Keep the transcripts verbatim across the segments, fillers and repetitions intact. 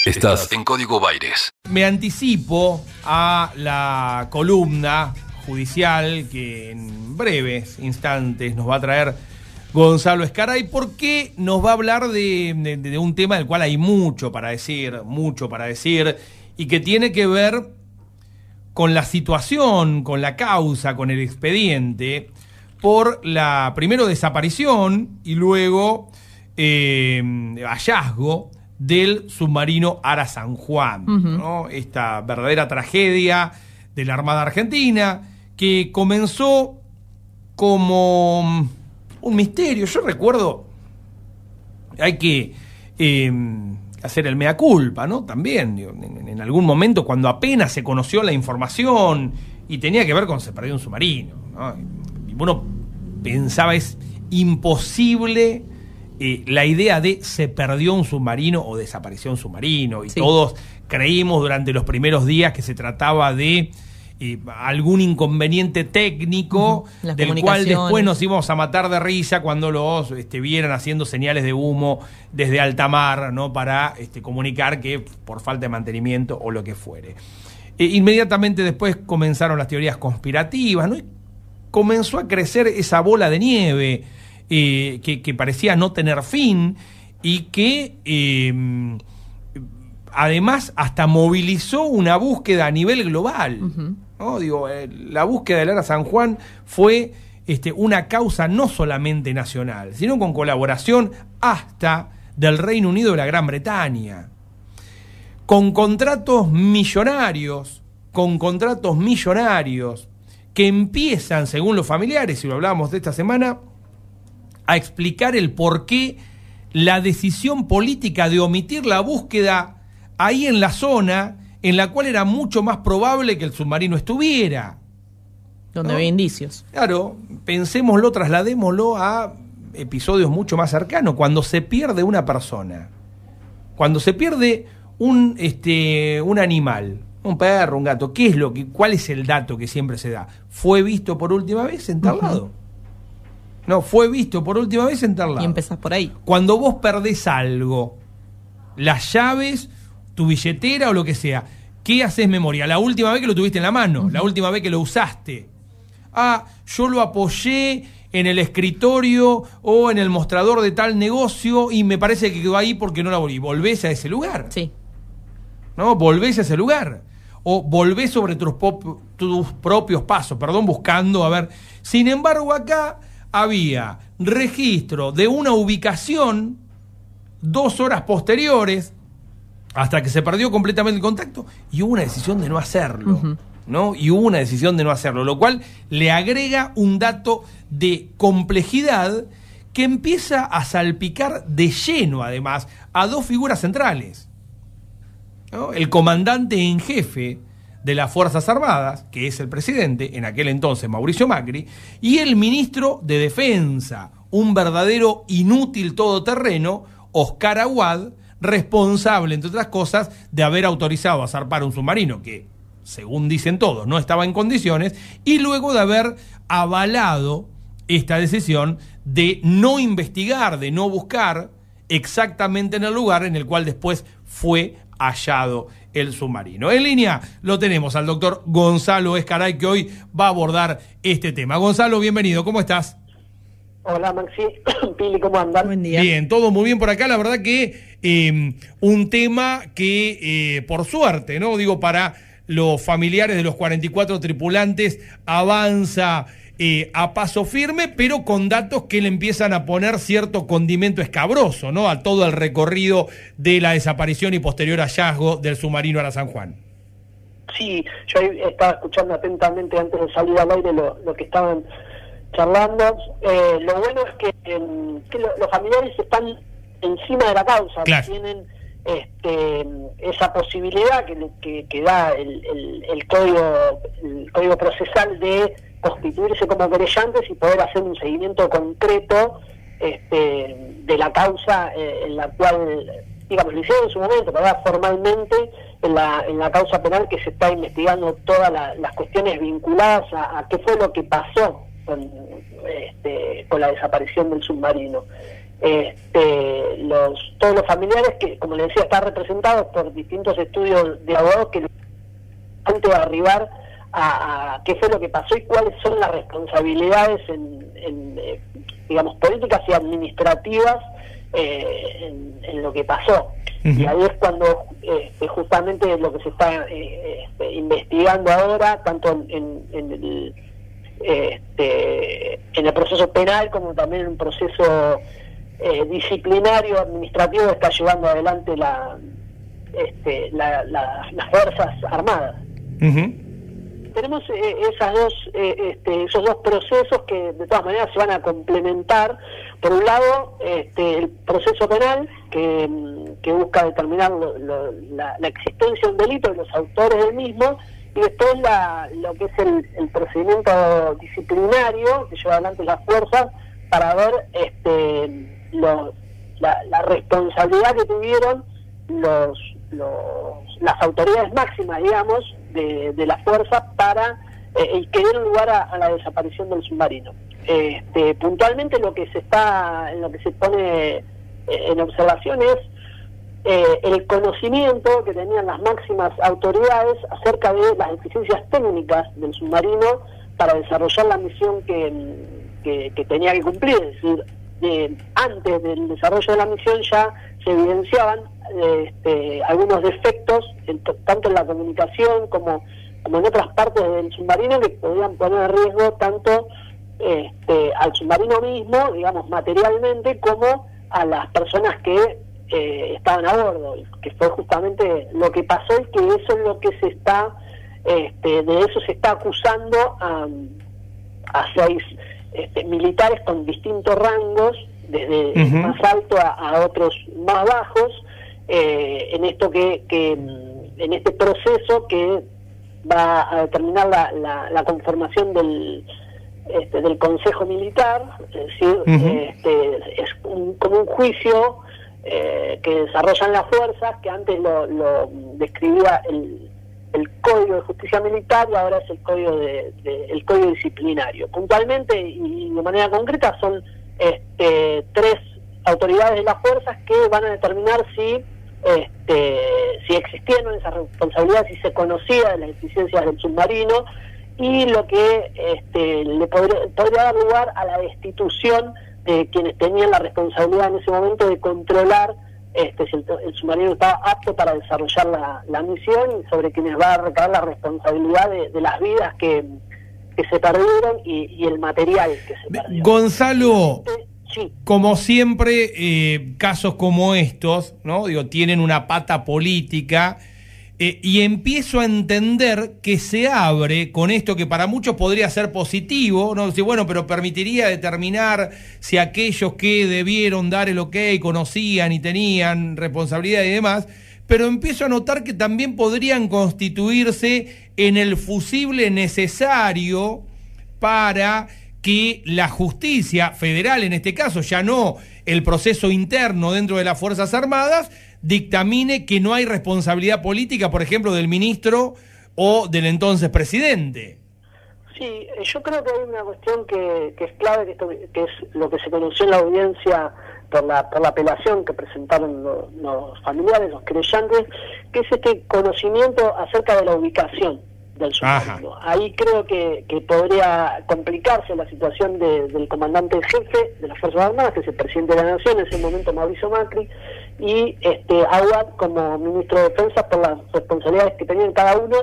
Estás en Código Baires. Me anticipo a la columna judicial que en breves instantes nos va a traer Gonzalo Escaray, porque nos va a hablar de, de, de un tema del cual hay mucho para decir, mucho para decir, y que tiene que ver con la situación, con la causa, con el expediente, por la, primero, desaparición y luego eh, hallazgo del submarino Ara San Juan, uh-huh. ¿no? Esta verdadera tragedia de la Armada Argentina, que comenzó como un misterio. Yo recuerdo, hay que eh, hacer el mea culpa, ¿no? También, digo, en, en algún momento, cuando apenas se conoció la información, y tenía que ver con se perdió un submarino, ¿no? Y uno pensaba, es imposible eh, la idea de se perdió un submarino o desapareció un submarino, y sí. Todos creímos durante los primeros días que se trataba de eh, algún inconveniente técnico, uh-huh. del cual después nos íbamos a matar de risa cuando los este, vieran haciendo señales de humo desde alta mar, ¿no? Para este, comunicar que por falta de mantenimiento o lo que fuere. Eh, inmediatamente después comenzaron las teorías conspirativas, ¿no? Y comenzó a crecer esa bola de nieve eh, que, que parecía no tener fin y que eh, además hasta movilizó una búsqueda a nivel global. Uh-huh. ¿No? Digo, eh, la búsqueda del Ara San Juan fue este, una causa no solamente nacional, sino con colaboración hasta del Reino Unido y la Gran Bretaña, con contratos millonarios, con contratos millonarios, que empiezan, según los familiares, y lo hablábamos de esta semana, a explicar el por qué la decisión política de omitir la búsqueda ahí en la zona en la cual era mucho más probable que el submarino estuviera. Donde ¿no? había indicios. Claro, pensémoslo, trasladémoslo a episodios mucho más cercanos, cuando se pierde una persona, cuando se pierde un, este, un animal, un perro, un gato, ¿qué es lo que, cuál es el dato que siempre se da? ¿Fue visto por última vez en tal lado? Uh-huh. No, fue visto por última vez en tal lado. Y empezás por ahí. Cuando vos perdés algo, las llaves, tu billetera o lo que sea, ¿qué haces memoria? La última vez que lo tuviste en la mano, uh-huh. La última vez que lo usaste. Ah, yo lo apoyé en el escritorio o en el mostrador de tal negocio y me parece que quedó ahí porque no la volví. ¿Volvés a ese lugar? Sí. ¿No? Volvés a ese lugar. O volvés sobre tus, pop- tus propios pasos, perdón, buscando, a ver. Sin embargo, acá había registro de una ubicación dos horas posteriores, hasta que se perdió completamente el contacto, y hubo una decisión de no hacerlo, uh-huh. ¿no? Y hubo una decisión de no hacerlo, lo cual le agrega un dato de complejidad que empieza a salpicar de lleno, además, a dos figuras centrales, ¿no? El comandante en jefe de las Fuerzas Armadas, que es el presidente, en aquel entonces Mauricio Macri, y el ministro de Defensa, un verdadero inútil todoterreno, Oscar Aguad, responsable, entre otras cosas, de haber autorizado a zarpar un submarino que, según dicen todos, no estaba en condiciones, y luego de haber avalado esta decisión de no investigar, de no buscar exactamente en el lugar en el cual después fue hallado el submarino. En línea lo tenemos al doctor Gonzalo Escaray, que hoy va a abordar este tema. Gonzalo, bienvenido, ¿cómo estás? Hola Maxi, Pili, ¿cómo andan? Buen día. Bien, todo muy bien por acá. La verdad que eh, un tema que, eh, por suerte, ¿no? Digo, para los familiares de los cuarenta y cuatro tripulantes avanza eh, a paso firme, pero con datos que le empiezan a poner cierto condimento escabroso, ¿no? A todo el recorrido de la desaparición y posterior hallazgo del submarino Ara San Juan. Sí, yo estaba escuchando atentamente antes de salir al aire lo, lo que estaban charlando. Eh, lo bueno es que, eh, que lo, los familiares están encima de la causa, claro. Tienen este, esa posibilidad que, que, que da el, el, el código el código procesal de constituirse como querellantes y poder hacer un seguimiento concreto este, de la causa eh, en la cual, digamos, lo hicieron en su momento, pero ahora formalmente en la, en la causa penal que se está investigando todas la, las cuestiones vinculadas a, a qué fue lo que pasó con, este, con la desaparición del submarino. este, los todos los familiares que, como le decía, están representados por distintos estudios de abogados que antes de arribar a, a qué fue lo que pasó y cuáles son las responsabilidades en, en eh, digamos, políticas y administrativas eh, en, en lo que pasó. Uh-huh. Y ahí es cuando eh, justamente lo que se está eh, este, investigando ahora, tanto en, en, en el este, en el proceso penal como también en un proceso eh, disciplinario administrativo que está llevando adelante la, este, la, la, las Fuerzas Armadas. Uh-huh. Tenemos eh, esas dos, eh, este, esos dos procesos que de todas maneras se van a complementar. Por un lado, este, el proceso penal que, que busca determinar lo, lo, la, la existencia de un delito y los autores del mismo, y después la, lo que es el, el procedimiento disciplinario que lleva adelante las fuerzas para ver este, lo, la, la responsabilidad que tuvieron los, los las autoridades máximas, digamos, de, de la fuerza para eh, que dieron lugar a, a la desaparición del submarino. Este, puntualmente lo que se está, en lo que se pone eh, en observación es eh, el conocimiento que tenían las máximas autoridades acerca de las deficiencias técnicas del submarino para desarrollar la misión que, que, que tenía que cumplir. Es decir, de, antes del desarrollo de la misión ya se evidenciaban este, algunos defectos, en, tanto en la comunicación como, como en otras partes del submarino, que podían poner en riesgo tanto este, al submarino mismo, digamos, materialmente, como a las personas que eh, estaban a bordo, que fue justamente lo que pasó y que eso es lo que se está, este, de eso se está acusando a, a seis este, militares con distintos rangos, desde uh-huh. más alto a, a otros más bajos, eh, en esto que, que en este proceso que va a determinar la, la, la conformación del este, del Consejo Militar, es decir, uh-huh. este, es un, como un juicio eh, que desarrollan las fuerzas, que antes lo, lo describía el, el Código de Justicia Militar y ahora es el Código de, de el Código Disciplinario. Puntualmente y de manera concreta son este, tres autoridades de las fuerzas que van a determinar si este, si existieron esas responsabilidades, si se conocía de las deficiencias del submarino, y lo que este, le podría, podría dar lugar a la destitución de quienes tenían la responsabilidad en ese momento de controlar este, si el, el submarino estaba apto para desarrollar la, la misión, y sobre quienes va a recaer la responsabilidad de, de las vidas que, que se perdieron y, y el material que se perdió. Gonzalo, sí. Como siempre, eh, casos como estos, ¿no? Digo, tienen una pata política. Eh, y empiezo a entender que se abre con esto que para muchos podría ser positivo, ¿no? Dice, bueno, pero permitiría determinar si aquellos que debieron dar el ok conocían y tenían responsabilidad y demás, pero empiezo a notar que también podrían constituirse en el fusible necesario para que la justicia federal, en este caso, ya no el proceso interno dentro de las Fuerzas Armadas, dictamine que no hay responsabilidad política, por ejemplo, del ministro o del entonces presidente. Sí, yo creo que hay una cuestión que, que es clave, que, esto, que es lo que se conoció en la audiencia por la, por la apelación que presentaron los, los familiares, los querellantes, que es este conocimiento acerca de la ubicación del submarino. Ahí creo que, que podría complicarse la situación de, del comandante jefe de las Fuerzas Armadas, que es el presidente de la Nación, en ese momento Mauricio Macri, y este Aguad como ministro de Defensa, por las responsabilidades que tenían cada uno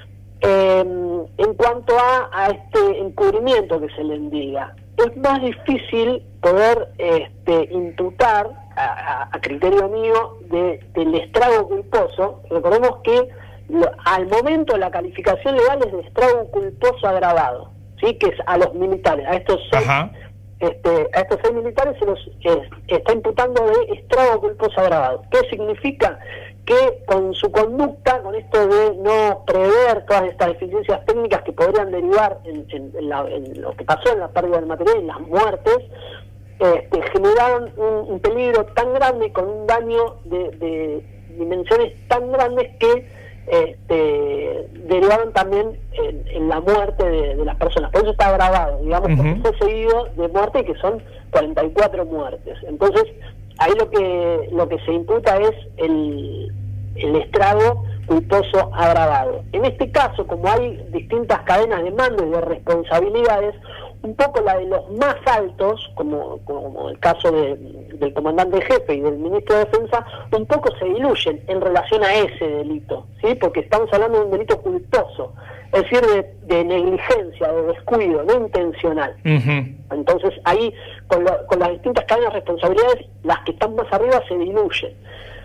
eh, en cuanto a, a este encubrimiento que se le indica. Es más difícil poder este, imputar a, a, a criterio mío de, del estrago culposo. Recordemos que lo, al momento la calificación legal es de estrago culposo agravado, ¿sí? Que es a los militares, a estos seis, este, a estos seis militares se los es, está imputando de estrago culposo agravado. ¿Qué significa? Que con su conducta, con esto de no prever todas estas deficiencias técnicas que podrían derivar en, en, en, la, en lo que pasó en la pérdida del material y en las muertes, este, generaron un, un peligro tan grande, con un daño de, de dimensiones tan grandes, que este, derivaron también en, en la muerte de, de las personas. Por eso está grabado, digamos, uh-huh. porque fue seguido de muerte, que son cuarenta y cuatro muertes. Entonces, ahí lo que lo que se imputa es el, el estrago culposo agravado. En este caso, como hay distintas cadenas de mando y de responsabilidades, un poco la de los más altos, como, como el caso de, del comandante jefe y del ministro de Defensa, un poco se diluyen en relación a ese delito, ¿sí? Porque estamos hablando de un delito culposo, es decir, de, de negligencia, de descuido, no intencional. Uh-huh. Entonces ahí, con, lo, con las distintas cadenas de responsabilidades, las que están más arriba se diluyen.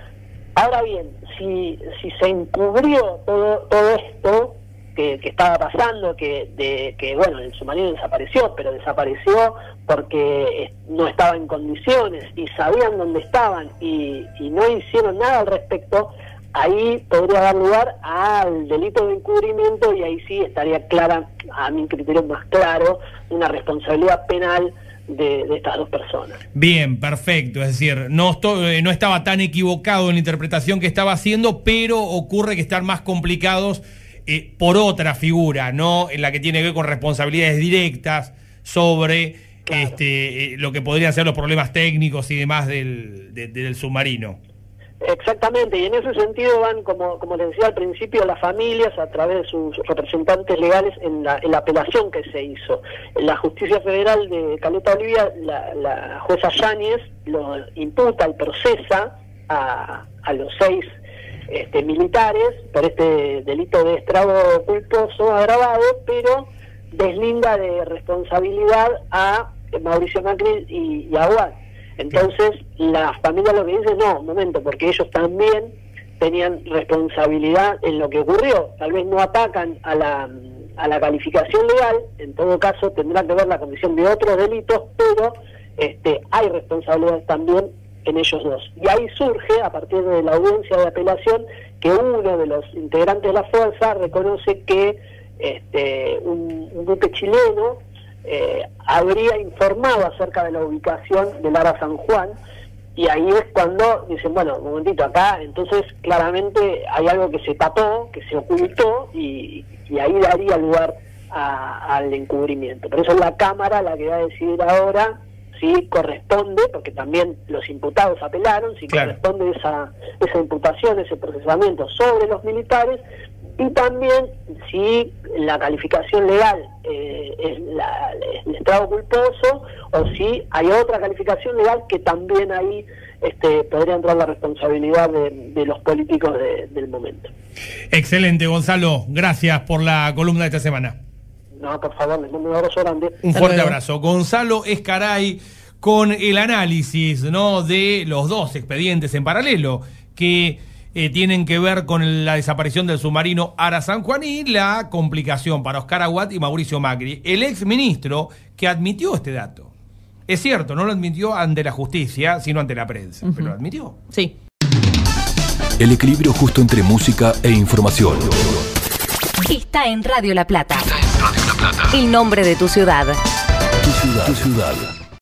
Ahora bien, si, si se encubrió todo, todo esto que, que estaba pasando, que, de, que bueno, el submarino desapareció, pero desapareció porque no estaba en condiciones y sabían dónde estaban y, y no hicieron nada al respecto, ahí podría dar lugar al delito de encubrimiento y ahí sí estaría clara, a mi criterio más claro, una responsabilidad penal De, de estas dos personas. Bien, perfecto, es decir, no, estoy, no estaba tan equivocado en la interpretación que estaba haciendo, pero ocurre que están más complicados eh, por otra figura, ¿no? En la que tiene que ver con responsabilidades directas sobre claro. este, eh, lo que podrían ser los problemas técnicos y demás del, de, del submarino. Exactamente, y en ese sentido van, como como les decía al principio, las familias a través de sus representantes legales en la, en la apelación que se hizo. La Justicia Federal de Caleta Olivia, la, la jueza Yáñez lo imputa y procesa a, a los seis este, militares por este delito de estrago culposo agravado, pero deslinda de responsabilidad a Mauricio Macri y, y a Aguad. Entonces, la familia lo que dice, no, un momento, porque ellos también tenían responsabilidad en lo que ocurrió. Tal vez no atacan a la, a la calificación legal, en todo caso tendrá que ver la comisión de otros delitos, pero este, hay responsabilidad también en ellos dos. Y ahí surge, a partir de la audiencia de apelación, que uno de los integrantes de la fuerza reconoce que este, un, un buque chileno Eh, habría informado acerca de la ubicación del Ara San Juan, y ahí es cuando dicen, bueno, un momentito, acá entonces claramente hay algo que se tapó, que se ocultó, y, y ahí daría lugar a, al encubrimiento. Por eso es la Cámara la que va a decidir ahora si corresponde, porque también los imputados apelaron, si claro. corresponde esa, esa imputación, ese procesamiento sobre los militares, y también si la calificación legal eh, es, la, es el estrago culposo, o si hay otra calificación legal que también ahí este, podría entrar la responsabilidad de, de los políticos de, del momento. Excelente, Gonzalo. Gracias por la columna de esta semana. No, por favor, les mando un abrazo grande. Un fuerte abrazo. Gonzalo Escaray con el análisis, ¿no?, de los dos expedientes en paralelo que eh, tienen que ver con la desaparición del submarino Ara San Juan y la complicación para Oscar Aguad y Mauricio Macri, el ex ministro que admitió este dato. Es cierto, no lo admitió ante la justicia, sino ante la prensa, uh-huh. pero lo admitió. Sí. El equilibrio justo entre música e información. Está en Radio La Plata. Está en Radio La Plata. El nombre de tu ciudad. Tu ciudad. Tu ciudad.